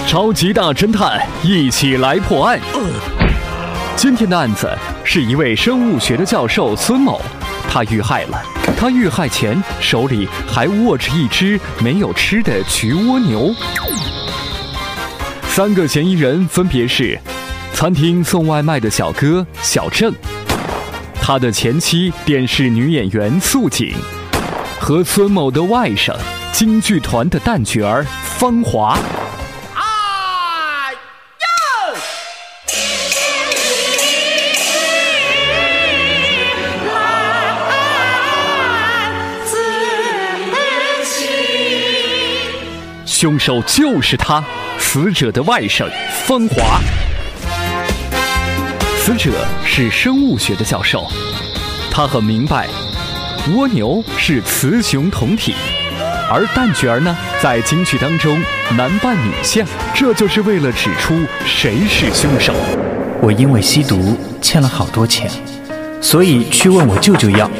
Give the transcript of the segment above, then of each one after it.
超级大侦探，一起来破案。今天的案子是一位生物学的教授孙某，他遇害了。他遇害前手里还握着一只没有吃的焗蜗牛。3个嫌疑人分别是餐厅送外卖的小哥小郑，他的前妻电视女演员素锦，和孙某的外甥京剧团的旦角儿芳华。凶手就是他，死者的外甥芳华。死者是生物学的教授，他很明白，蜗牛是雌雄同体，而旦角儿呢，在京剧当中男扮女相，这就是为了指出谁是凶手。 我因为吸毒欠了好多钱，所以去问我舅舅要。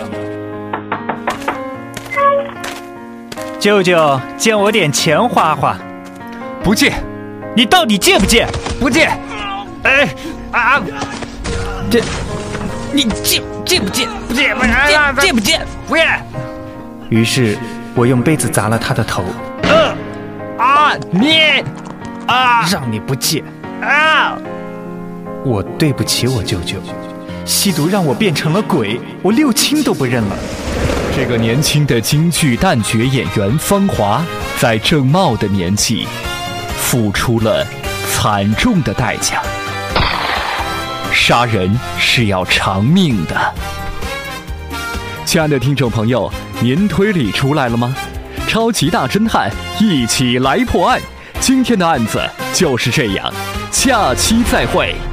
舅舅，借我点钱花花。 不借。 你到底借不借？ 不借。 这，你借不借？不借，借不借？ 不借。 于是我用杯子砸了他的头。让你不借。我对不起我舅舅，吸毒让我变成了鬼，我六亲都不认了。 这个年轻的京剧旦角演员芳华，在正茂的年纪，付出了惨重的代价。杀人是要偿命的。亲爱的听众朋友，您推理出来了吗？超级大侦探，一起来破案。今天的案子就是这样，下期再会。